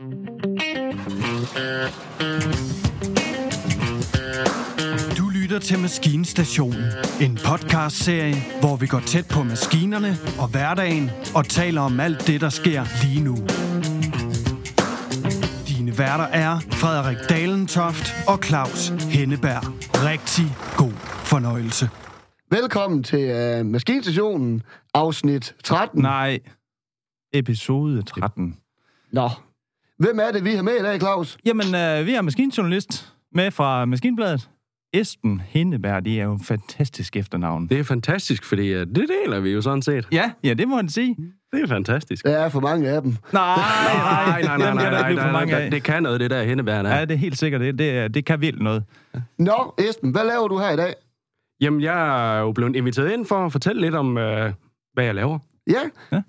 Du lytter til Maskinstationen, en podcastserie, hvor vi går tæt på maskinerne og hverdagen og taler om alt det, der sker lige nu. Dine værter er Frederik Dalentoft og Claus Henneberg. Rigtig god fornøjelse. Velkommen til Maskinstationen, afsnit 13. Nej, episode 13. Nå, hvem er det, vi har med i dag, Claus? Jamen, vi har maskinjournalist med fra Maskinbladet. Esben Henneberg, det er jo et fantastisk efternavn. Det er fantastisk, fordi det deler vi jo sådan set. Ja, det må han sige. Det er fantastisk. Der er for mange af dem. Nej. Det kan noget, det der Henneberg der. Ja, det er helt sikkert. Det kan vildt noget. Nå, Esben, hvad laver du her i dag? Jamen, jeg er jo blevet inviteret ind for at fortælle lidt om, hvad jeg laver. Ja?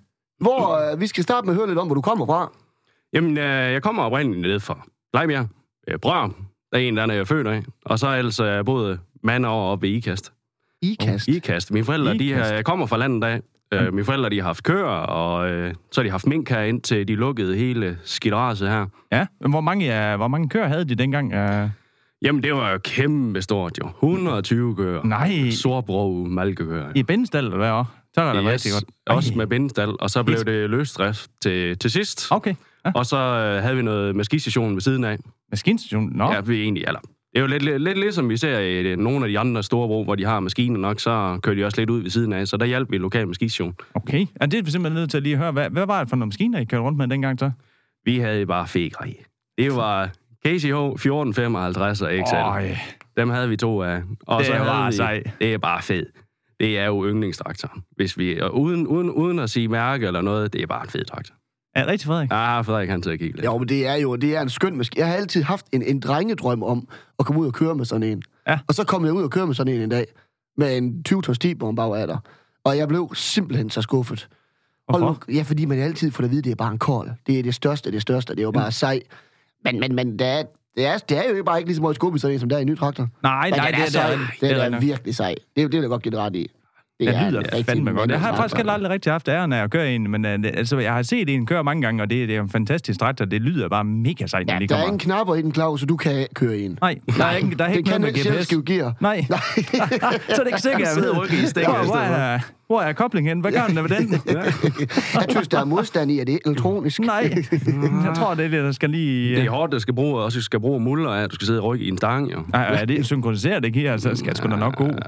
Hvor vi skal starte med at høre lidt om, hvor du kommer fra. Jamen, jeg kommer oprindeligt ned fra Glejbjerg, Brør. Der er en, der er født af. Og så er altså både mand over oppe i Ikast. Ikast? Ikast. Mine forældre, de kommer fra landet af. Mine forældre, de har haft køer, og så har de haft mink her, indtil de lukkede hele skidræset her. Ja, men hvor mange køer havde de dengang? Jamen, det var jo kæmpe stort, jo. 120 køer. Nej. Sorbrog malkekøer. I bindestal, eller hvad også? Så er det rigtig godt. Også med bindestal, og så blev det løsdrift til sidst. Okay. Ja. Og så havde vi noget maskinstation ved siden af. Maskinstation? Nå. Ja, vi egentlig, eller det er jo lidt ligesom vi ser i nogle af de andre store brug, hvor de har maskiner nok, så kører de også lidt ud ved siden af, så der hjalp vi lokal maskinstation. Okay. Er det simpelthen nødt til at lige høre, hvad var det for nogle maskiner, I kørte rundt med dengang så? Vi havde bare fægeri. Det var KCH 1455 og XL. Dem havde vi 2 af. Og det så er bare sej. Det er bare fedt. Det er jo yndlingstraktoren. Hvis vi, og uden at sige mærke eller noget, det er bare en fed traktor. Er det rigtigt, Frederik? Ja, Frederik kan til at kigge lidt. Jo, men det er en skøn maskine. Jeg har altid haft en drengedrøm om at komme ud og køre med sådan en. Ja. Og så kom jeg ud og køre med sådan en dag, med en 20-tons T-bone bag af der. Og jeg blev simpelthen så skuffet. Hvorfor? Ja, fordi man altid får at vide, at det er bare en kold. Det er det største, det er jo bare sej. Men det er jo bare ikke lige så meget skubbe sådan en, som der er i en ny traktor. Nej, det er virkelig sej. Det er det, der godt givet ret i. Det lyder fandme godt. Jeg har faktisk aldrig rigtig haft æren af at køre en, men altså, jeg har set en køre mange gange, og det er en fantastisk traktor. Det lyder bare mega sejt, når de der kommer. er ingen knapper i den, Claus, så du kan køre en. Nej, der er ikke det kan noget ikke med GPS. selv gear. Nej. Så er det ikke sikkert, at jeg ved. Hvor er koblingen hen? Hvad gør den med den? Jeg synes, der er modstand i, at det er elektronisk. Nej, jeg tror, det er det, der skal lige... Det er hårdt, at skal bruge muller af, at du skal sidde og rykke i en stang, jo. Er det synkroniseret, det gear, så skal det sgu da nok gå. Det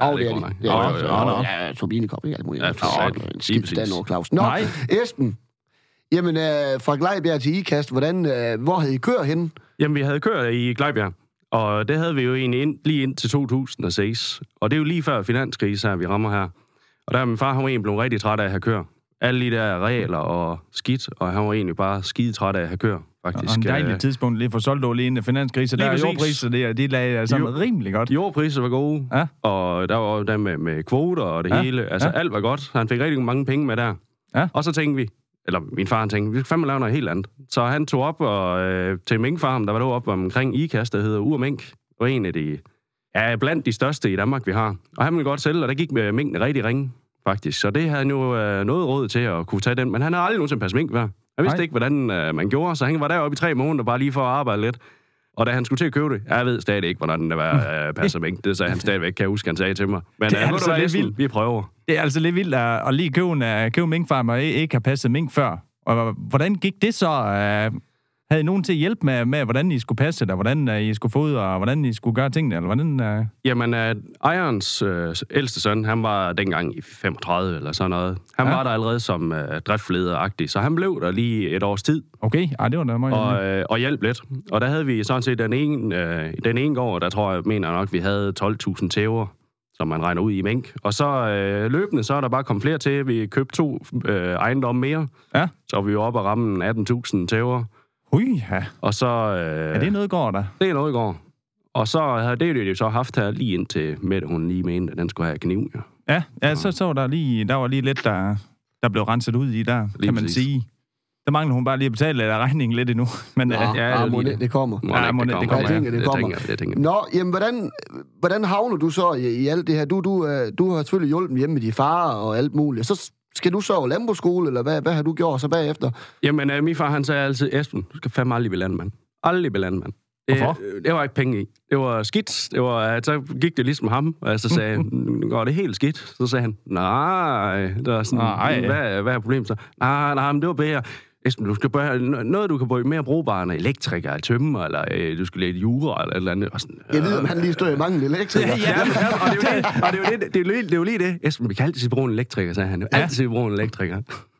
er det. Ja, turbinekobling, alt muligt. En skidt stand over, Claus. Nå, Esben. Jamen, fra Glejbjerg til Ikast, hvor havde I kørt henne? Jamen, vi havde kørt i Glejbjerg, og det havde vi jo egentlig lige ind til 2006. Og det er jo lige før finanskrise her, vi rammer her. Og der er min far, han var egentlig blevet rigtig træt af at have kørt. Alle de der regler og skidt, og han var egentlig bare skide træt af at have kørt, faktisk. Og en dejlig tidspunkt lige for solgt lige inden finanskrise. Der er jordpriser, de lagde sammen rimelig godt. Jordpriser var gode, ja. Og der var der med kvoter og det hele. Altså, alt var godt. Han fik rigtig mange penge med der. Ja. Og så tænkte vi, eller min far, han tænkte, vi skal fandme lave noget helt andet. Så han tog op til en minkfarm, der var deroppe omkring Ikast, der hedder Urmink. Og en af de, blandt de største i Danmark, vi har. Og han ville godt sælge, og der gik med minkene rigtig ringe, faktisk. Så det havde han jo noget råd til at kunne tage den. Men han har aldrig nogensinde passet mink hver. Han vidste ikke, hvordan man gjorde, så han var deroppe i 3 måneder, bare lige for at arbejde lidt. Og da han skulle til at købe det, jeg ved stadig ikke, hvordan det var passer mink. Det sagde han stadigvæk, kan jeg huske, han sagde til mig. Men det er altså lidt vildt. Vi prøver. Det er altså lidt vildt at lige købe minkfarm og ikke have passet mink før. Og hvordan gik det så? Havde I nogen til at hjælpe med, hvordan I skulle passe det, og hvordan I skulle fodre, og hvordan I skulle gøre tingene? Eller hvordan, Jamen, ejerens ældste søn, han var dengang i 35 eller sådan noget. Han var der allerede som driftleder-agtig, så han blev der lige et års tid. Okay, det var da meget. Og hjalp lidt. Og der havde vi sådan set den ene gård, der tror jeg, mener nok, vi havde 12.000 tæver, som man regner ud i mink. Og så løbende, så er der bare kommet flere til. Vi købte 2 ejendomme mere. Ja. Så vi var oppe og ramme 18.000 tæver. Ja. Og så... er det noget går der? Det er noget går. Og så havde det jo så haft her lige indtil Mette, hun lige mente, at den skulle have kniv. Ja, så der var lige lidt, der blev renset ud i der, lige kan man præcis sige. Der mangler hun bare lige at betale regningen lidt endnu. Men det kommer. Det tænker. Nå, jamen, hvordan havner du så i alt det her? Du har selvfølgelig hjulpet hjemme med de far og alt muligt. Så skal du så over landbrugsskole, eller hvad har du gjort så bagefter? Jamen, min far, han sagde altid, Esben, du skal fandme aldrig blive landmand. Aldrig blive landmand. Hvorfor? Det var ikke penge i. Det var skidt. Så gik det ligesom ham, og så sagde han, nu går det helt skidt. Så sagde han, nej, det var sådan, hvad er problemet så? Nej, men det var bedre. Esben, du skal noget, du kan bruge mere brugbare end elektriker, tømmer, eller du skal lære jura, eller et eller andet. Og sådan, jeg ved, om han lige står i mange elektrikere. Og det er jo lige det. Esben, vi kan altid bruge en elektriker, sagde han. Altid bruge en elektriker.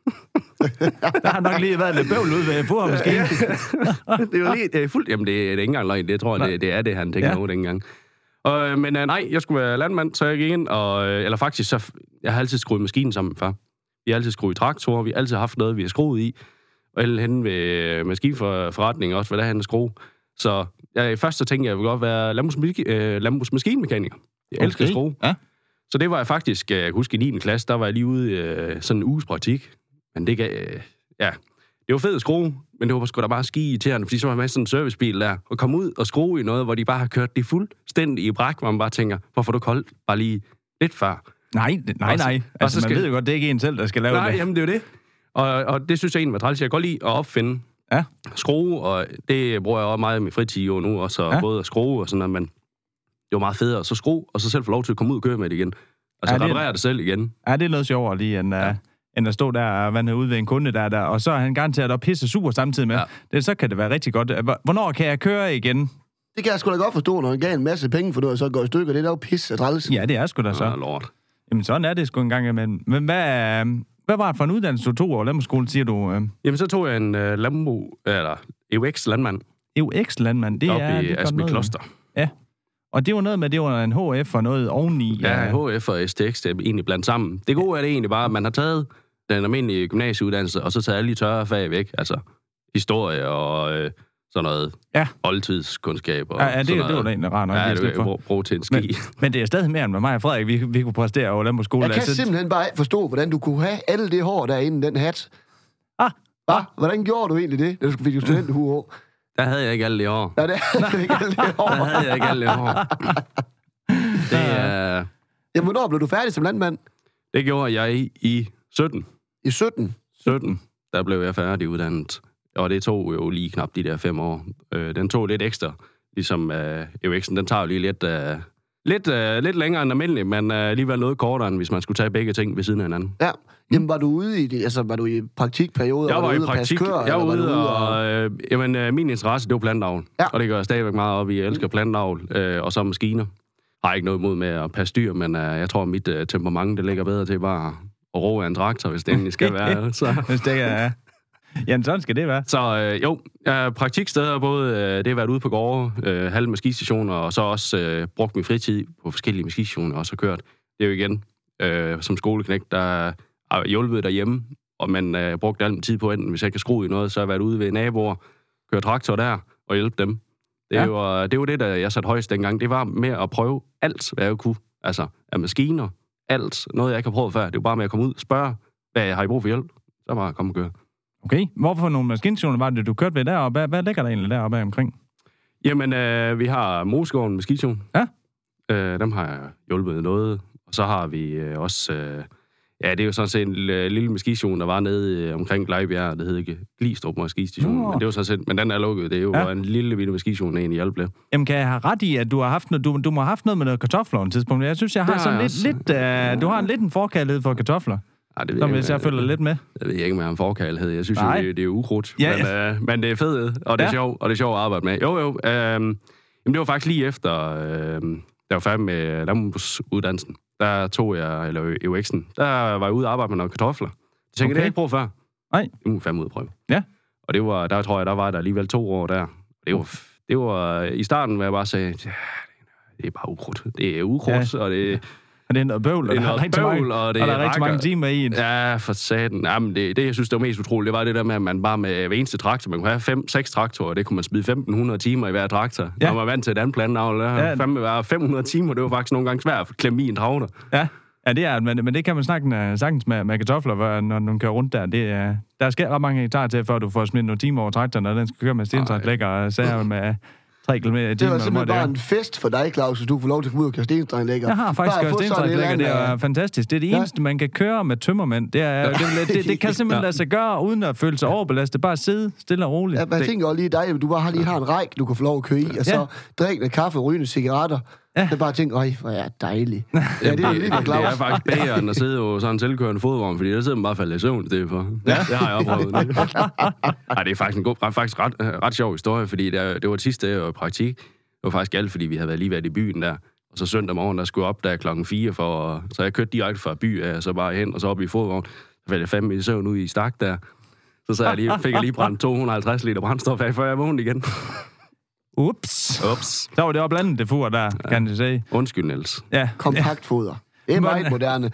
Der har nok lige været lidt bøvl ud ved på ham, måske. Det er jo lige fuldt. Jamen, det er ikke engang løgn. Det tror jeg, det er det, han tænker over dengang. Men nej, jeg skulle være landmand, så jeg gik ind, eller faktisk, så jeg har altid skruet maskinen sammen med far. Vi har altid skruet traktorer, vi har altid haft noget, vi har skruet i. Og henne ved maskinforretningen også, hvad der er henne at skrue. Så først så tænkte jeg vil godt være landbrugsmaskinmekaniker. Jeg elsker at skrue. Ja. Så det var jeg faktisk, jeg kan huske i 9. klasse, der var jeg lige ude i sådan en uges praktik. Men det gav, det var fedt at skrue, men det var sgu da bare ski-irriterende, fordi så var jeg med sådan en servicebil der, og kom ud og skrue i noget, hvor de bare har kørt det fuldstændig i bræk, hvor man bare tænker, hvorfor du koldt bare lige lidt før? Nej. Altså, man ved jo godt, det er ikke en selv, der skal lave det. Nej, jamen det er jo det. Og det synes jeg egentlig var træls. Jeg kan godt lide at opfinde skrue, og det bruger jeg også meget i min fritid jo nu, også både at skrue og sådan noget, men det var meget federe at så skrue, og så selv få lov til at komme ud og køre med det igen. Altså reparere det selv igen. Ja, det er noget sjovere lige, end at stå der og vande ud ved en kunde der, og så er han garanteret at pisse super samtidig med. Ja. Så kan det være rigtig godt. Hvornår kan jeg køre igen? Det kan jeg sgu da godt forstå, når han gav en masse penge for noget, og så går i stykker. Det er da jo pisse træls. Ja, det er sgu da så. Lort. Jamen, sådan er det sgu en gang imellem. Men hvad var det for en uddannelse, du tog over landbrugsskolen, siger du? Jamen, så tog jeg en EUX-landmand. EUX-landmand, det er... Oppe i Asby Kloster. Ja. Og det var noget med, det var en HF og noget oveni. Ja, HF og STX, det er egentlig blandt sammen. Det gode er det egentlig bare, at man har taget den almindelige gymnasieuddannelse, og så taget alle de tørre fag væk. Altså historie og sådan noget oldtidskundskab og det var da egentlig rart nok. Ja, det var brugt til en ski. Men det er stadig mere end med mig og Frederik, vi kunne præstere over landbrugsskolen. Jeg kan simpelthen bare forstå, hvordan du kunne have alle det hår derinde, den hat. Hvordan gjorde du egentlig det, da du fik studenterhue over? Der havde jeg ikke alle det hår. Nej, det havde ikke alle det hår. Der havde jeg ikke alle det hår. Jamen, hvornår blev du færdig som landmand? Det gjorde jeg i 17. I 17? 17. Der blev jeg færdig uddannet. Og det tog jo lige knap de der 5 år. Den tog lidt ekstra, ligesom EUX'en. Den tager jo lige lidt længere end almindelig, men alligevel noget kortere, end hvis man skulle tage begge ting ved siden af hinanden. Ja. Jamen, var du ude i det? Altså, var du i praktikperiode? Jeg var i praktik. Jeg var ude og... min interesse, det var plantavl. Ja. Og det gør jeg stadigvæk meget op i. Jeg elsker plantavl, og så maskiner. Jeg har ikke noget imod med at passe dyr, men jeg tror, mit temperament, det ligger bedre til bare at roe en traktor, hvis det endelig skal være. Så. Hvis det er... Ja, sådan skal det være. Så praktiksteder, både det har været ude på gårde, halve maskinstationer, og så også brugt min fritid på forskellige maskinstationer, og så kørt. Det er jo igen, som skoleknægt, der har hjulpet derhjemme, og man brugte al min tid på enten, hvis jeg ikke kan skrue i noget, så har jeg været ude ved naboer, køre traktor der, og hjælpe dem. Det er jo det, der jeg satte højst dengang. Det var med at prøve alt, hvad jeg kunne. Altså, af maskiner, alt. Noget, jeg ikke har prøvet før. Det var bare med at komme ud og spørge, hvad jeg har I brug for hjælp. Så bare komme og køre. Okay. Hvorfor nogle maskinstationer var det, du kørte ved deroppe? Hvad ligger der egentlig deroppe omkring? Jamen, vi har Mosegården maskinstation. Ja. Dem har jeg hjulpet noget. Og så har vi også... det er jo sådan set en lille maskinstation, der var nede omkring Glejbjerg. Det hed ikke Glistrup maskinstation. Men det var sådan set... Men den er lukket. Det er jo en lille vilde maskinstation, egentlig hjælpe. Jamen, kan jeg have ret i, at du har haft noget, du må have haft noget med noget kartofler på et tidspunkt? Jeg synes, jeg har sådan lidt du har en forkærlighed for kartofler. Ja, det som hvis jeg følger lidt med. Jeg ved ikke, om jeg har en forkærlighed. Jeg synes jo, det er ukrudt. Ja. Men det er fedt, og det er sjovt, og det er sjovt at arbejde med. Jo. Jamen, det var faktisk lige efter, jeg var færdig med landbrugsuddannelsen. Der tog jeg, eller EUX'en, der var jeg ude og arbejde med nogle kartofler. Det tænkte jeg, det har jeg ikke prøvet før. Nej. Det må fandme ud at prøve. Ja. Og det var, der tror jeg, der var der alligevel 2 år der. Det var i starten, hvor jeg bare sagde, det er bare ukrudt. Det er ukrudt, og det... Og det er noget bøvl, og der er rigtig mange timer i det. Ja, for satan. Jamen, det, jeg synes, det var mest utroligt, det var det der med, at man bare med hver eneste traktor, man kunne have 5-6 traktorer, det kunne man smide 1.500 timer i hver traktor. Ja. Når man var vant til et andet plantavl, der fandme være 500 timer, det var faktisk nogle gange svært at klemme i en traktor. Ja, det er men det kan man sagtens med kartofler, når man kører rundt der. Der skal ret mange hektar til, før du får smidt nogle timer over traktoren, og den skal køre med stentræklægger og sager 3 km i timen. Det var simpelthen bare en fest for dig, Claus, hvis du får lov til at komme ud og køre stenstrenglægger. Jeg har faktisk kørt stenstrenglægger, det er fantastisk. Det er det eneste, man kan køre med tømmermænd. Det kan simpelthen lade sig gøre, uden at føle sig overbelastet. Bare sidde stille og roligt. Ja, jeg tænker også lige dig, du bare har en række, du kan få lov at køre i, og så drikke kaffe, rygende cigaretter. Ja. Jeg bare tænker, hvor er dejligt. Ja, det er lige Claus. Det er faktisk bageren at sidde over sådan en selvkørende fodvogn, fordi der sidder man bare faldet i søvn i stedet for. Ja. Det har jeg opprøvet. Nej, det er faktisk ret sjov historie, fordi det var sidste dag i praktik. Det var faktisk alt, fordi vi havde lige været i byen der. Og så søndag morgen, der skulle op der 4:00 så jeg kørte direkte fra by af, så bare hen og så op i fodvogn. Så faldt jeg fandme i søvn ud i stak der. Så fik jeg lige brændt 250 liter brændstof af, før jeg vågnede igen. Ups. Så var det også blandet det fur der, kan du sige. Undskyld, Niels. Ja. Kompaktfoder. Det er meget moderne.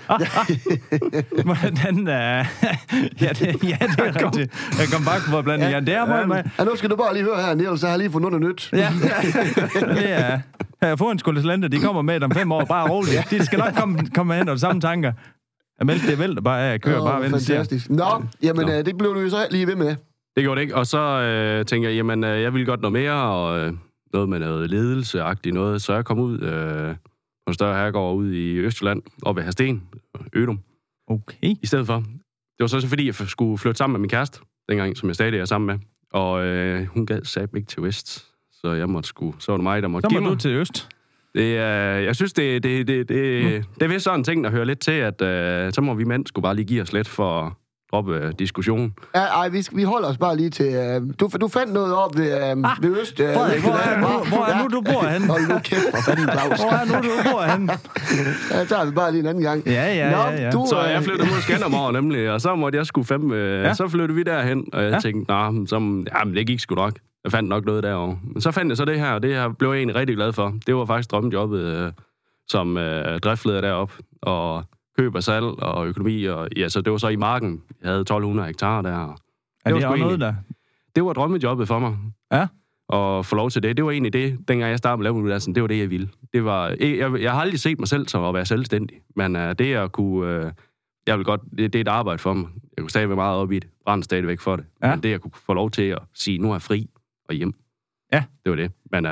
Hvordan ja, det er rigtigt. Jeg kom bare på blandet. Ja, det er meget. Ja, nu skal du bare lige høre her, Niels, så har jeg lige fundet noget nyt. Ja. Ja. Her får en skoleslænder, de kommer med om 5 år, bare roligt. De skal nok komme hen og samme tanker. Mælk det vælter bare af, kører bare vent. Fantastisk. Nå, jamen det blev du jo så lige ved med. Det gjorde det ikke, og så tænker jeg, jamen jeg vil godt noget mere, og noget med noget ledelseagtigt noget, så jeg kom ud på en større herregård ud i Østjylland, op ved Hadsten, Ødum. Okay. I stedet for. Det var så fordi, jeg skulle flytte sammen med min kæreste, dengang, som jeg stadig er sammen med, og hun gad satme ikke til Vest, så jeg måtte så var det mig, der måtte give mig. Så må du til Øst. Jeg synes, det er vist sådan en ting, der hører lidt til, at så må vi mænd skulle bare lige give os lidt for droppe diskussion. Ja, vi holder os bare lige til... Du fandt noget op ved Øst. Hvor er nu, du bor henne? Hold nu kæft, for fanden, Claus. Hvor er nu, du bor henne? Ja, tager vi bare lige en anden gang. Ja. Så jeg flyttede mod Skanderborg nemlig, og så måtte jeg sgu så flyttede vi derhen, og jeg tænkte, det gik sgu nok. Jeg fandt nok noget derovre. Men så fandt jeg så det her, og det blev jeg egentlig rigtig glad for. Det var faktisk drømmejobbet som driftleder deroppe, og køb og salg og økonomi, og så det var så i marken. Jeg havde 1200 hektar der. Det var noget der? Det var drømmejobbet for mig. Ja. Og få lov til det. Det var egentlig det, dengang jeg startede med laveruddannelsen, det var det, jeg ville. Det var, jeg har aldrig set mig selv som at være selvstændig, men det at kunne... jeg vil godt... Det er et arbejde for mig. Jeg kunne stadigvæk meget op i det. Brænde stadigvæk for det. Ja. Men det, jeg kunne få lov til at sige, nu er jeg fri og hjem. Ja. Det var det. Men...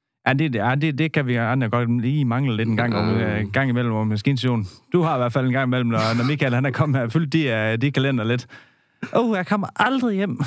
det kan vi andre godt lige mangle lidt en gang imellem om maskinstation. Du har i hvert fald en gang imellem, når Michael han er kommet her og fyldt de kalender lidt. Jeg kommer aldrig hjem.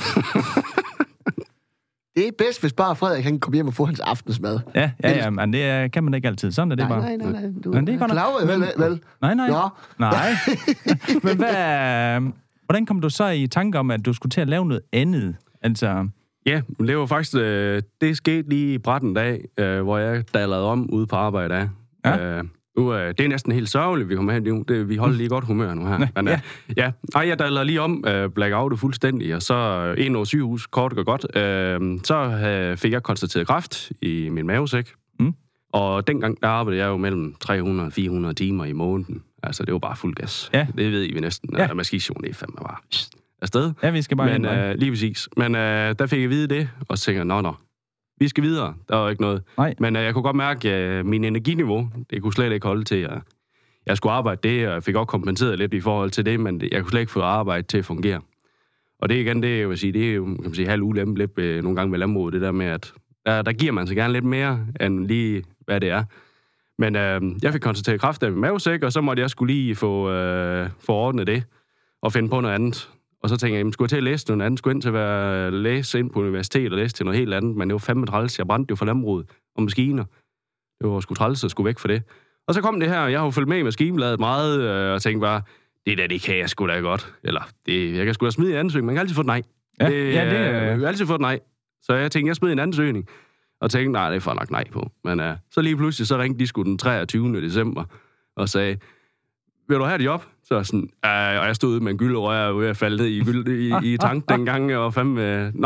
Det er bedst, hvis bare Frederik kan komme hjem og få hans aftensmad. Ja, men det kan man ikke altid. Sådan er det bare. Nej. Men det er godt nok. Vel? Nej. Nej. Men hvordan kom du så i tanke om, at du skulle til at lave noget andet? Altså... Ja, det var faktisk... det skete lige i bratten dag, hvor jeg dallede om ude på arbejde af. Ja. Det er næsten helt sørgeligt, vi kommer hen. Vi holder lige godt humør nu her. Men, jeg dallede lige om, blackout fuldstændig, og så ind over sygehus, kort og godt. Så fik jeg konstateret kræft i min mavesæk. Og dengang der arbejdede jeg jo mellem 300 og 400 timer i måneden. Altså, det var bare fuld gas. Ja. Det ved I næsten. Ja. Maskinstation, det er fandme bare afsted. Ja, vi skal bare men, lige præcis. Men der fik jeg vide det, og så tænkte jeg, vi skal videre. Der var ikke noget. Nej. Men jeg kunne godt mærke, at min energiniveau, det kunne slet ikke holde til, at jeg skulle arbejde det, og jeg fik også kompenseret lidt i forhold til det, men jeg kunne slet ikke få arbejde til at fungere. Og det igen, det er jo, kan man sige, halv ulempe lidt nogle gange med landbruget, det der med, at der giver man sig gerne lidt mere, end lige, hvad det er. Men jeg fik konstateret kræft af min mavesæk, og så måtte jeg skulle lige få ordnet det, og finde på noget andet. Og så tænkte jeg, skulle jeg til at læse noget andet? Skulle jeg ind til at læse ind på universitet og læse til noget helt andet? Men det var fandme træls. Jeg brændte jo for landbruget og maskiner. Det var sgu træls, at skulle væk for det. Og så kom det her, og jeg har jo fulgt med i maskinbladet meget, og tænkte bare, det kan jeg sgu da godt. Eller, jeg kan sgu da smide en ansøgning. Man kan altid få et nej. Jeg kan altid få et nej. Så jeg tænkte, jeg smed en ansøgning. Og tænkte, nej, det får nok nej på. Men så lige pludselig, så ringte de sgu den 23. december og sagde, vil du have et job? Så sådan, og jeg stod med en gylde, og jeg var ved at falde ned i tank dengang, og fandme,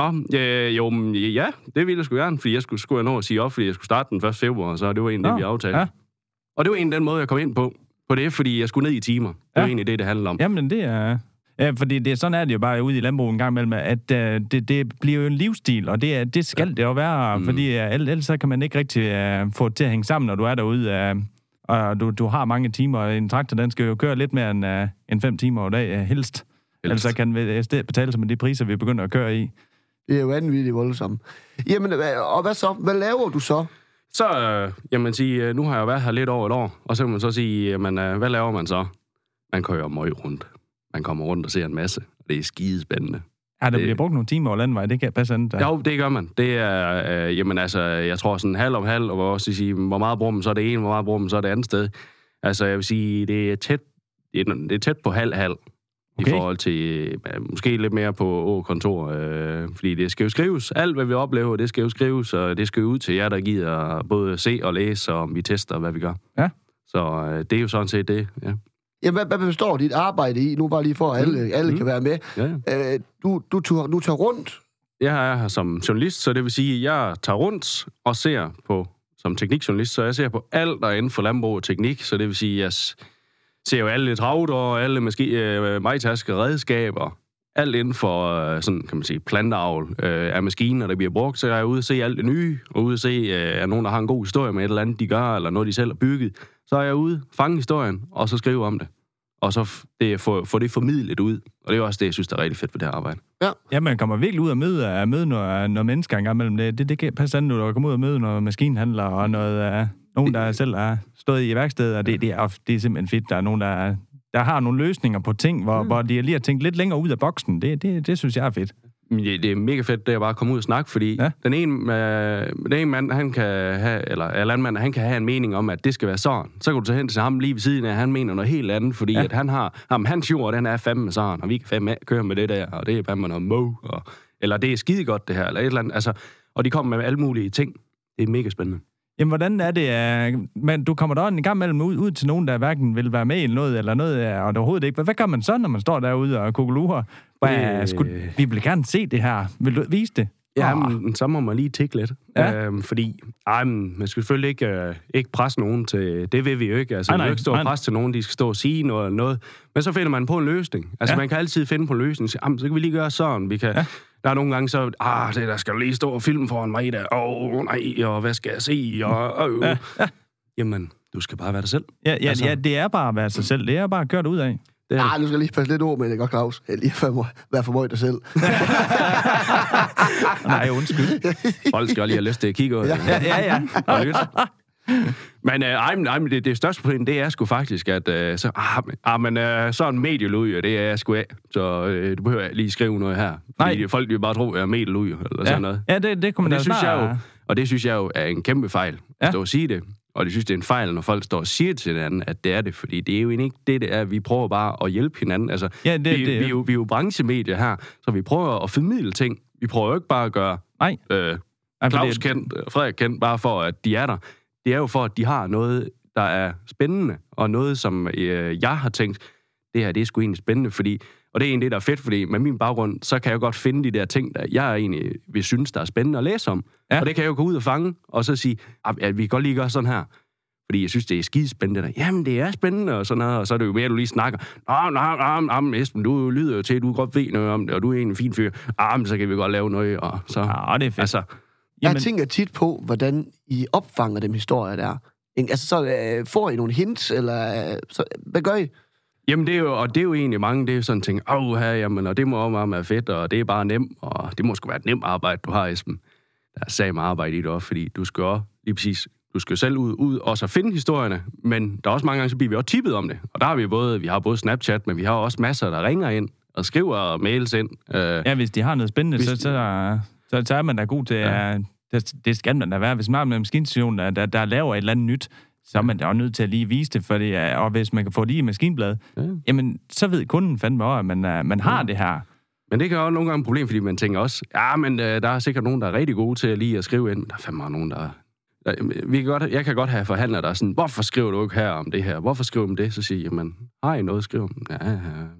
ja, det ville jeg sgu gerne, fordi jeg skulle nå at sige op, fordi jeg skulle starte den 1. februar, så det var egentlig det, vi aftalte. Ja. Og det var egentlig den måde, jeg kom ind på det, fordi jeg skulle ned i timer. Det var egentlig det handler om. Jamen, det er... Ja, fordi sådan er det jo bare ude i landbruget en gang imellem, at det bliver jo en livsstil, og det skal det jo være, fordi ellers så kan man ikke rigtig få det til at hænge sammen, når du er derude. Og du har mange timer, og en traktor, den skal jo køre lidt mere end 5 timer om dag, helst. Ellers så kan det betale sig med de priser, vi begynder at køre i. Det er jo vanvittigt voldsomt. Jamen, og hvad så? Hvad laver du så? Så, nu har jeg været her lidt over et år, og så kan man så sige, jamen, hvad laver man så? Man kører møg rundt. Man kommer rundt og ser en masse, og det er skidespændende. Ja, der bliver brugt nogle timer over landvej, det kan passe andet. Jo, det gør man. Det er, jeg tror sådan halv om halv, og også sige, hvor meget bruger man så det ene, hvor meget bruger man så det andet sted. Altså, jeg vil sige, det er tæt på halv. Okay. I forhold til, måske lidt mere på kontor, fordi det skal jo skrives. Alt, hvad vi oplever, det skal jo skrives, og det skal jo ud til jer, der gider både se og læse, og vi tester, hvad vi gør. Ja. Så det er jo sådan set det, ja. Jamen, hvad består dit arbejde i? Nu bare lige for, at alle kan være med. Ja. Du tager rundt? Jeg er her som journalist, så det vil sige, at jeg tager rundt og ser på, som teknikjournalist, så jeg ser på alt, der er inden for landbrug og teknik, så det vil sige, at jeg ser jo alle travler og alle majtasker, redskaber, alt inden for, sådan kan man sige, plantavl af maskiner, der bliver brugt, så jeg er ude og se alt det nye, og ude og se, er nogen, der har en god historie med et eller andet, de gør, eller noget, de selv har bygget. Så er jeg ude, fange historien, og så skrive om det. Og så få det formidlet ud. Og det er også det, jeg synes, der er rigtig fedt ved det her arbejde. Ja, man kommer virkelig ud og møde når mennesker engang mellem det. Det kan passe andet, når du kommer ud og møde noget maskinhandler og nogen, der selv er stået i værkstedet, og det er simpelthen fedt. Der er nogen, der har nogle løsninger på ting, hvor de lige har tænkt lidt længere ud af boksen. Det synes jeg er fedt. Det er mega fedt, det er bare at komme ud og snakke, fordi den ene mand, han kan have, eller landmand, han kan have en mening om, at det skal være sådan. Så kan du tage hen til ham lige ved siden af, han mener noget helt andet, fordi at han har, hans jord, den er fandme sådan, og vi kan fandme køre med det der, og det er fandme noget mow, eller det er skide godt det her, eller et eller andet, altså, og de kommer med alle mulige ting. Det er mega spændende. Jamen, hvordan er det? Men du kommer der en gang mellem ud til nogen, der hverken vil være med i noget, eller noget, og overhovedet ikke. Hvad gør man så, når man står derude og kugelurer? Vi vil gerne se det her. Vil du vise det? Ja, men så må man lige tikke lidt. Ja. Fordi man skal selvfølgelig ikke presse nogen til... Det vil vi jo ikke. Altså, vi vil ikke stå og presse til nogen, de skal stå og sige noget eller noget. Men så finder man på en løsning. Altså, man kan altid finde på en løsning. Så kan vi lige gøre sådan. Vi kan... Ja. Der er nogle gange så... det der skal du lige stå og filme foran mig der. Nej, og hvad skal jeg se? Og, Jamen, du skal bare være dig selv. Ja, det er bare at være sig selv. Det er bare at gøre det ud af. Du skal lige passe lidt ord med det, godt, Claus. Lige være for mig dig selv. Nej, undskyld. Folk skal lige have lyst til at kigge over. Ja. Men det største problem, det er sgu faktisk, at sådan en medieluge, det er jeg sgu af. Så du behøver lige skrive noget her. Fordi folk vil bare tro, at jeg er medieluge, eller sådan noget. Ja, det kunne man da snart. Og det synes jeg jo er en kæmpe fejl, at stå og sige det. Og det synes, det er en fejl, når folk står og siger til hinanden, at det er det. Fordi det er jo ikke det er. Vi prøver bare at hjælpe hinanden. Altså, vi er jo branchemedier her, så vi prøver at formidle ting. Vi prøver jo ikke bare at gøre Claus kendt, Frederik kendt, bare for, at de er der. Det er jo for, at de har noget, der er spændende, og noget, som jeg har tænkt, det her, det er sgu egentlig spændende, fordi... Og det er egentlig det, der er fedt, fordi med min baggrund, så kan jeg jo godt finde de der ting, der jeg egentlig vil synes, der er spændende at læse om. Ja. Og det kan jeg jo gå ud og fange, og så sige, at vi kan godt lige gøre sådan her. Fordi jeg synes, det er skidespændende. Der. Jamen, det er spændende, og sådan noget. Og så er det jo mere, du lige snakker. Nej, Esben, du lyder jo til, at du godt ved noget om det, og du er en fin fyr. Men så kan vi godt lave noget, og så... Ja, det er fedt. Altså, jeg tænker tit på, hvordan I opfanger dem historier der. Altså, så får I nogle hints, eller så, hvad gør I? Jamen, det er jo egentlig mange, det er jo sådan ting, jamen, og det må også være fedt, og det er bare nemt, og det må sgu være et nemt arbejde, du har, Esben. Der er sag med arbejde i det også, fordi du skal også, lige præcis, du skal selv ud og så finde historierne, men der er også mange gange, så bliver vi også tippet om det. Og der har vi har både Snapchat, men vi har også masser, der ringer ind og skriver mails ind. Ja, hvis de har noget spændende, så er man da god til, det skal man da være. Hvis man har med en maskinstationen, der laver et eller andet nyt, så er man da også nødt til at lige vise det, fordi, og hvis man kan få det i maskinbladet, jamen, så ved kunden fandme også, at man har det her. Men det kan også nogle gange et problem, fordi man tænker også, der er sikkert nogen, der er rigtig gode til lige at skrive ind, men der er fandme nogen, jeg kan godt have forhandlere, der er sådan, hvorfor skriver du ikke her om det her? Hvorfor skriver du om det? Så siger jeg, jamen, har I noget at skrive om? Ja.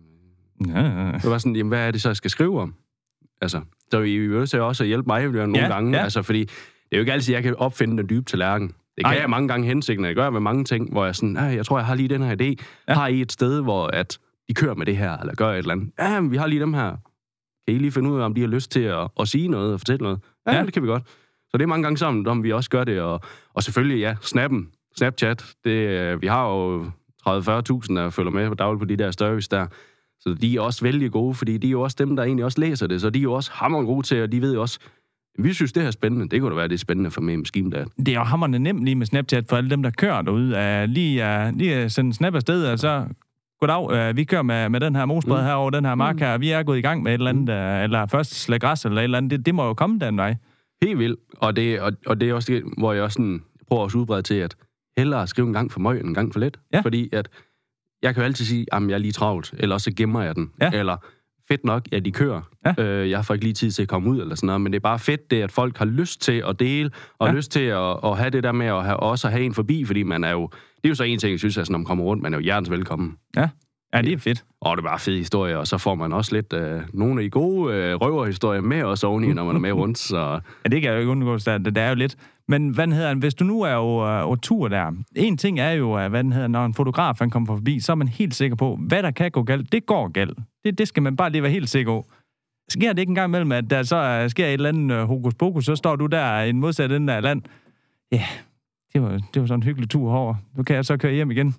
Så var sådan, jamen, hvad er det så, jeg skal skrive om? Altså, så vi er nødt til også at hjælpe mig nogle gange, altså, fordi det er jo ikke altid, jeg kan opfinde den dybe tallerken. Det kan jeg mange gange hensigtende. Jeg gør med mange ting, hvor jeg sådan, jeg tror, jeg har lige den her idé. Har I et sted, hvor at de kører med det her, eller gør et eller andet? Men vi har lige dem her. Kan I lige finde ud af, om de har lyst til at sige noget og fortælle noget? Ja, det kan vi godt. Så det er mange gange sammen, om vi også gør det. Og selvfølgelig, Snapchat. Vi har jo 30-40.000, der følger med på dagligt på de der stories der. Så de er også vældig gode, fordi de er jo også dem, der egentlig også læser det, så de er jo også hammerende gode til, og de ved jo også, vi synes, det her er spændende. Det kunne da være, det er spændende for mig med Skimdal. Det er jo hammerende nemt lige med Snapchat for alle dem, der kører derude. Lige sende snap afsted, og så goddag, vi kører med den her mosbred her over den her mark her, vi er gået i gang med et eller andet, eller først slæg græs eller et eller andet. Det må jo komme den vej. Helt vildt. Og det er også det, hvor jeg også sådan, prøver at udbrede til, at hellere skrive en gang for møg end en gang for let. Ja. Fordi at jeg kan jo altid sige, at jeg er lige travlt, eller så gemmer jeg den. Ja. Eller fedt nok, ja, de kører. Ja. Jeg får ikke lige tid til at komme ud, eller sådan noget, men det er bare fedt, det at folk har lyst til at dele, og lyst til at have det der med at også have en forbi, fordi man er jo, det er jo så en ting, jeg synes, at når man kommer rundt, man er jo hjertens velkommen. Ja. Ja, det er fedt. Og det er bare fed historie, og så får man også lidt nogle af de gode røverhistorier med os oveni, når man er med rundt. Så. Ja, det kan jeg jo ikke undgå, det er jo lidt. Men hvad hedder han, hvis du nu er jo tur der, en ting er jo, hvad hedder, når en fotograf han kommer forbi, så er man helt sikker på, hvad der kan gå galt, det går galt. Det skal man bare lige være helt sikker på. Sker det ikke engang mellem, at der så sker et eller andet hokus pokus, så står du der i en modsat ende af land. Ja, det var sådan en hyggelig tur over. Nu kan jeg så køre hjem igen.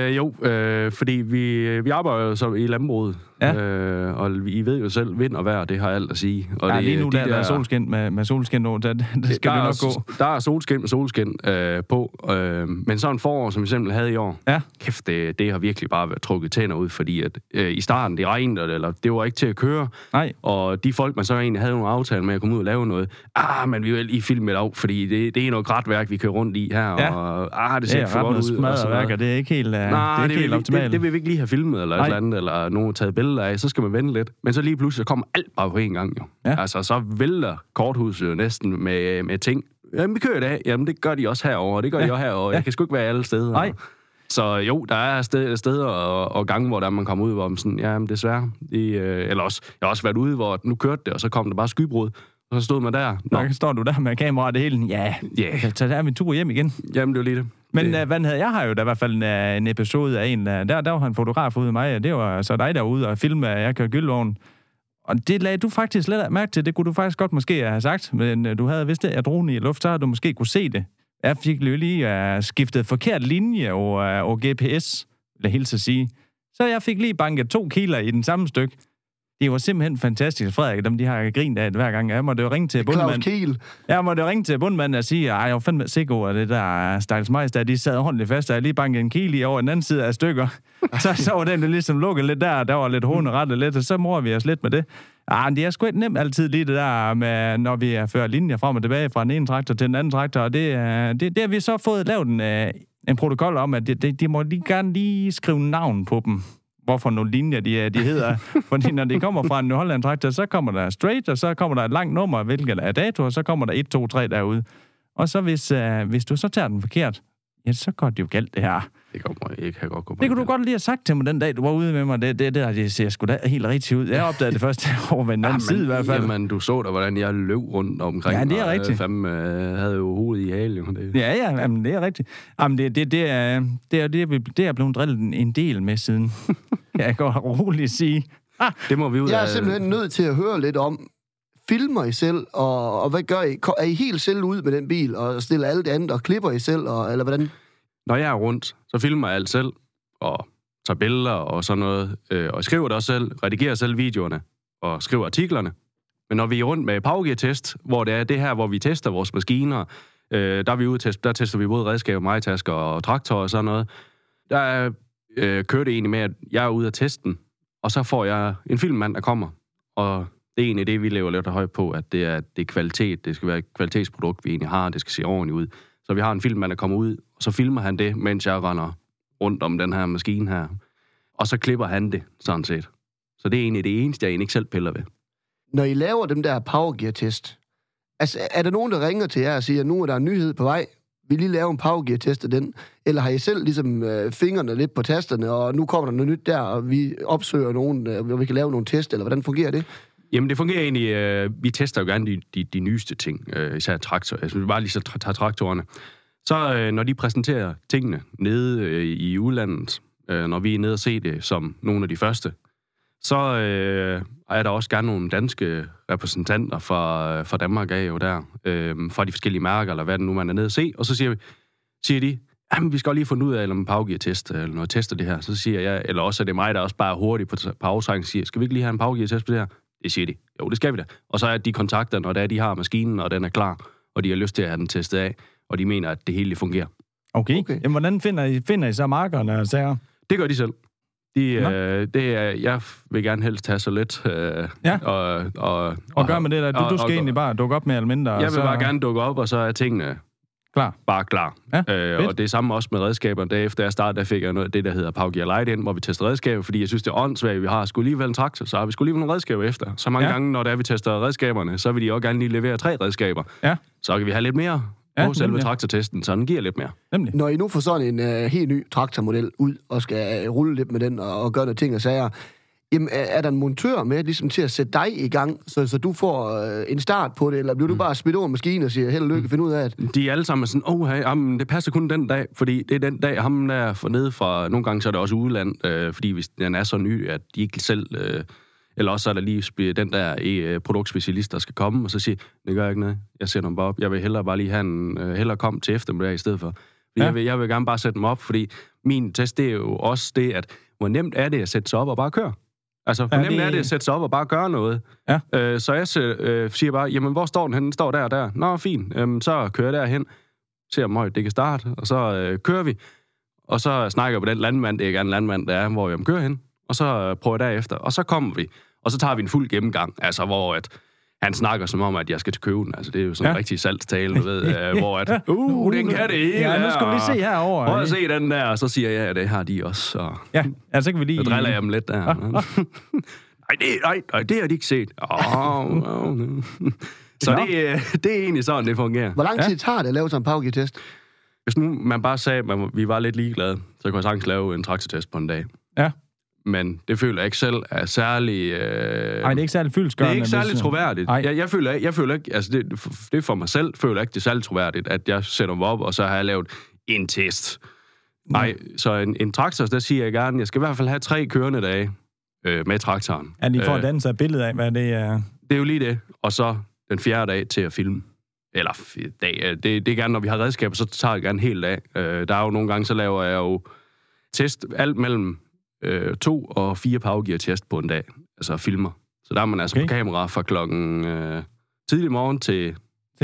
Fordi vi arbejder jo så i landbruget, og I ved jo selv, vind og vejr, det har alt at sige. Og ja, lige nu der er solskin med solskin over, det skal det nok gå. Der er solskin med solskin på, men sådan en forår, som vi simpelthen havde i år, kæft, det har virkelig bare været trukket tænder ud, fordi at i starten, det regnede, eller det var ikke til at køre. Nej. Og de folk, man så egentlig havde nogle aftaler med at komme ud og lave noget, men vi vil lige filme et af, fordi det er noget kratværk, vi kører rundt i her, og det ser ikke for godt ud. Og det er ikke helt, helt optimalt. Det vil vi ikke lige have filmet, eller et eller andet, eller nogen taget billeder af, så skal man vente lidt. Men så lige pludselig, så kommer alt bare på en gang, jo. Ja. Altså, så vælter korthuset jo næsten med ting. Jamen, vi kører det af. Jamen, det gør de også herovre, det gør de også herovre. Jeg kan sgu ikke være alle steder. Nej. Så jo, der er steder og gange, hvor der man kommer ud, hvor man sådan, jamen, desværre. Eller også, jeg har også været ude, hvor nu kørte det, og så kom der bare skybrud. Og så stod man der. Så står du der med kamera og det hele. Ja, så der er min tur hjem igen. Jamen, det var lige det. Men jeg har jo da i hvert fald en episode af en, der var en fotograf ude af mig, og det var så dig derude og filme, at jeg kører gyldvogn. Og det lagde du faktisk lidt mærke til, det kunne du faktisk godt måske have sagt, men du havde vidst det, at dronen i luft, så havde du måske kunne se det. Jeg fik lige skiftet forkert linje og GPS, vil jeg hilse at sige. Så jeg fik lige banket 2 kiler i den samme stykke. Det var simpelthen fantastisk. Frederik, de har grint af det hver gang. Jeg måtte jo ringe til bundmanden. Jeg måtte jo ringe til bundmanden og sige, jeg var fandme sikker, at det der stakkels majestæt, de sad ordentligt fast, og jeg lige bankede en kile i over den anden side af stykker. Så var den ligesom lukket lidt der var lidt hånerettet lidt, og så morer vi os lidt med det. Det er sgu ikke nemt altid lige det der, med, når vi fører linjer frem og tilbage fra den ene traktor til den anden traktor, og det har vi så fået lavet en protokol om, at de må gerne lige skrive navn på dem. Hvorfor nogle linjer de hedder. Fordi når de kommer fra en New Holland traktor, så kommer der straight, og så kommer der et langt nummer, hvilket er dato, og så kommer der 1, 2, 3 derude. Og så hvis du så tager den forkert, ja, så går det jo galt, det her. Det kommer ikke have godt gå på. Det kunne du godt lige have sagt til mig den dag, du var ude med mig. Det ser sgu da helt rigtigt ud. Jeg opdagede det først over ved den anden side i hvert fald. Jamen, du så da, hvordan jeg løb rundt omkring. Ja, det er rigtigt. Fandme havde jo hovedet i halen. Ja, jamen, det er rigtigt. Jamen, det er blevet drillet en del med siden. Jeg kan roligt sige. Det må vi ud af. Jeg er simpelthen nødt til at høre lidt om, filmer I selv, og hvad gør I? Er I helt selv ud med den bil, og stiller alt det andet, og klipper I selv, eller hvordan? Når jeg er rundt, så filmer jeg alt selv, og tager billeder og sådan noget, og jeg skriver det også selv, redigerer selv videoerne, og skriver artiklerne. Men når vi er rundt med PowerGear-test, hvor det er det her, hvor vi tester vores maskiner, der er vi ude der tester vi både redskaber, majtasker og traktorer og sådan noget, der kører det egentlig med, at jeg er ude at teste den, og så får jeg en filmmand, der kommer, og det er egentlig det, vi lever lidt højt på, at det er kvalitet, det skal være et kvalitetsprodukt, vi egentlig har, det skal se ordentligt ud. Så vi har en filmmand, der kommer ud, og så filmer han det, mens jeg render rundt om den her maskine her. Og så klipper han det, sådan set. Så det er egentlig det eneste, jeg egentlig ikke selv piller ved. Når I laver dem der PowerGear-test, altså er der nogen, der ringer til jer og siger, at nu er der en nyhed på vej, vil I lave en PowerGear-test af den? Eller har I selv ligesom fingrene lidt på tasterne, og nu kommer der noget nyt der, og vi opsøger nogen, hvor vi kan lave nogle test, eller hvordan fungerer det? Jamen, det fungerer egentlig... vi tester jo gerne de nyeste ting, især traktorer. Altså, vi bare lige så tager traktorerne. Så når de præsenterer tingene nede i udlandet, når vi er nede og se det som nogle af de første, så er der også gerne nogle danske repræsentanter fra Danmark af jo der, fra de forskellige mærker, eller hvad det nu man er nede og se, og så siger de, jamen, vi skal også lige finde ud af, om en pavgear-test, eller noget tester det her. Så siger jeg, eller også er det mig, der også bare hurtigt på afsang siger, skal vi ikke lige have en pavgear-test på det her? Det siger de. Jo, det skal vi da. Og så er de kontakter, når de har maskinen, og den er klar, og de har lyst til at have den testet af, og de mener, at det hele fungerer. Okay. Jamen, hvordan finder I så markerne og sager? Det gør de selv. Jeg vil gerne helst have så let. Og gør med det der. Du skal egentlig bare dukke op med eller mindre. Jeg vil bare gerne dukke op, og så er tingene bare klar. Ja, og det er samme også med redskaber. Da efter jeg startede, der fik jeg noget af det, der hedder Pavgear Light ind, hvor vi tester redskaber, fordi jeg synes, det er åndssvagt, vi har sgu alligevel en traktor, så har vi sgu alligevel nogle redskaber efter. Så mange gange, når vi tester redskaberne, så vil de også gerne lige levere 3 redskaber. Ja. Så kan vi have lidt mere på selve traktortesten, så den giver lidt mere. Nemlig. Når I nu får sådan en helt ny traktormodel ud, og skal rulle lidt med den, og gøre noget ting og sager, jamen, er der en montør med, ligesom til at sætte dig i gang, så du får en start på det, eller bliver du bare smidt over maskinen og siger, held og lykke, find ud af det? De er alle sammen sådan, det passer kun den dag, fordi det er den dag, ham der får ned fra, nogle gange så er det også udland, fordi hvis den er så ny, at de ikke selv, eller også er der lige den der produktspecialist, der skal komme, og så siger, det gør ikke noget, jeg sætter dem bare op, jeg vil hellere bare lige have hellere komme til eftermiddag i stedet for. Jeg vil gerne bare sætte dem op, fordi min test, det er jo også det, at hvor nemt er det at sætte sig op og bare køre. Altså, hvor nemt er det at sætte sig op og bare gøre noget. Ja. Så jeg siger bare, jamen, hvor står den henne? Den står der og der. Nå, fint. Så kører jeg derhen. Ser om højt det kan starte. Og så kører vi. Og så snakker jeg på den landmand, det er ikke en landmand, der er, hvor jeg kører hen. Og så prøver jeg derefter. Og så kommer vi. Og så tager vi en fuld gennemgang. Altså, hvor at han snakker som om, at jeg skal til køben. Altså, det er jo sådan en rigtig salgstale, du ved, hvor at, den kan det hele. Ja, nu skal vi lige se herover. Prøv at se den der, og så siger jeg, at det har de også. Og ja, så kan vi lige... Så driller jeg dem lidt der. Nej, det har de ikke set. Så det er egentlig sådan, det fungerer. Hvor lang tid tager det at lave sådan en Pavgear-test? Hvis nu man bare sagde, at vi var lidt ligeglade, så kunne jeg sagtens lave en traktortest på en dag. Ja. Men det føler jeg ikke selv er særlig... Nej, det er ikke særlig fyldestgørende. Det er ikke særlig troværdigt. Jeg føler ikke... Altså, det for mig selv føler jeg ikke, det er særlig troværdigt, at jeg sætter mig op, og så har jeg lavet en test. Nej, så en traktor, der siger jeg gerne, jeg skal i hvert fald have 3 kørende dage med traktoren. Ja, de får dannet sig et billede af, hvad det er. Det er jo lige det. Og så den 4. dag til at filme. Eller dag. Det er gerne, når vi har redskaber, så tager jeg gerne en hel dag. Der er jo nogle gange, så laver jeg jo test alt mellem 2 og 4 Pavgear-test på en dag. Altså filmer. Så der er man altså på kamera fra klokken tidlig morgen til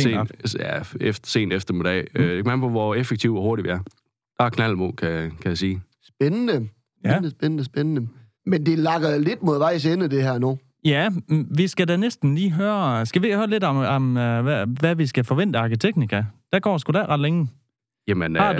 sent eftermiddag. Det kan man på, hvor effektiv og hurtigt vi er. Der er knaldmod, kan jeg sige. Spændende. Men det lakker lidt mod vejs ende, det her nu. Ja, vi skal da næsten lige høre... Skal vi høre lidt om hvad vi skal forvente af Arkiteknika? Der går sgu da ret længe. Jamen, har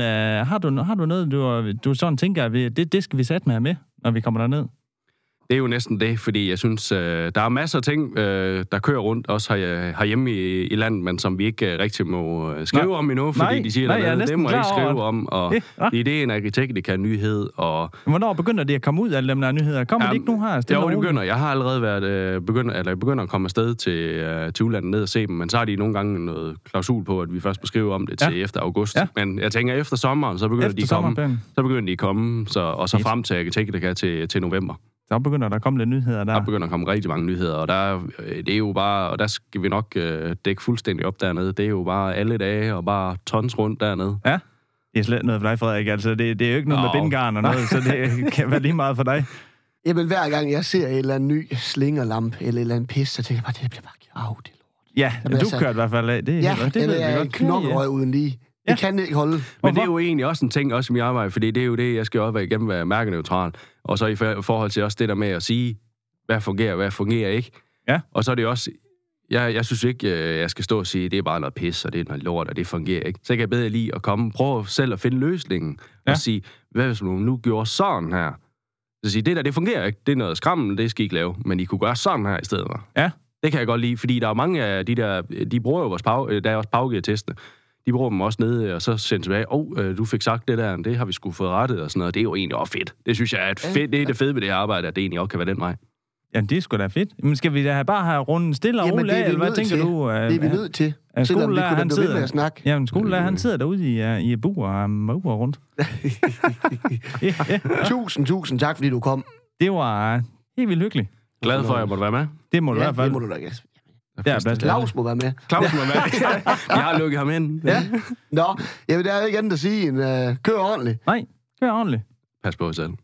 du noget, du sådan tænker, at det skal vi sætte med, når vi kommer derned? Det er jo næsten det, fordi jeg synes, der er masser af ting, der kører rundt, også herhjemme i landet, men som vi ikke rigtig må skrive om endnu, fordi de siger, at det må jeg ikke skrive om, og det er en Arkiteknika-nyhed. Og hvornår begynder det at komme ud af dem der nyheder? Kommer det ikke nu her? Jo, det begynder. Jeg har allerede været begynder at komme afsted til udlandet ned og se dem, men så har de nogle gange noget klausul på, at vi først må skrive om det til efter august. Ja. Men jeg tænker, efter sommeren, så begynder de at komme, og så frem til Arkiteknika til november. Så begynder der at komme lidt nyheder der. Der begynder at komme rigtig mange nyheder, og det er jo bare, og der skal vi nok dække fuldstændig op dernede. Det er jo bare alle dage, og bare tons rundt dernede. Ja, det er slet noget for dig, Frederik. Altså, det er jo ikke noget med bindgarn og noget, så det kan være lige meget for dig. Jamen, hver gang jeg ser en eller anden ny slingerlampe, eller en eller anden pis, så tænker jeg bare, det bliver bare det lort. Ja, du kørte i hvert fald af. Det er en knokkelrøg uden lige. Det kan ikke holde. Men det er jo egentlig også en ting, også i mit arbejde, fordi det er jo det, jeg skal også være mærkeneutral. Og så i forhold til også det der med at sige, hvad fungerer ikke. Ja. Og så er det også, jeg synes ikke, jeg skal stå og sige, det er bare noget pis, og det er noget lort, og det fungerer ikke. Så kan jeg bedre lige at prøve selv at finde løsningen, og sige, hvad hvis man nu gjorde sådan her? Så sige, det fungerer ikke, det er noget skræmmende, det skal I ikke lave, men I kunne gøre sådan her i stedet for. Ja. Det kan jeg godt lide, fordi der er mange af de bruger jo der er også Pavgear-testene. De bruger dem også nede, og så sender tilbage, du fik sagt det der, det har vi sgu fået rettet, og sådan noget. Det er jo egentlig også fedt. Det synes jeg er fedt. Det er det fede ved det her arbejde, at det egentlig også kan være den vej. Jamen, det er sgu da fedt. Men skal vi da bare have rundt stille og roligt af, eller hvad tænker du? Det er vi nødt til, selvom vi kunne blive ved med at snakke. Jamen, skolelærer, han sidder derude i bur og måger rundt. Tusind tak, fordi du kom. Det var helt vildt hyggeligt. Glad for, at jeg måtte være med. Det må du i hvert fald. Det må du da, Claus må være med. Claus må være med. Jeg har lukket ham ind. Ja. Nå, jamen, der er jo ikke andet at sige end kør ordentligt. Nej, kør ordentligt. Pas på jer selv.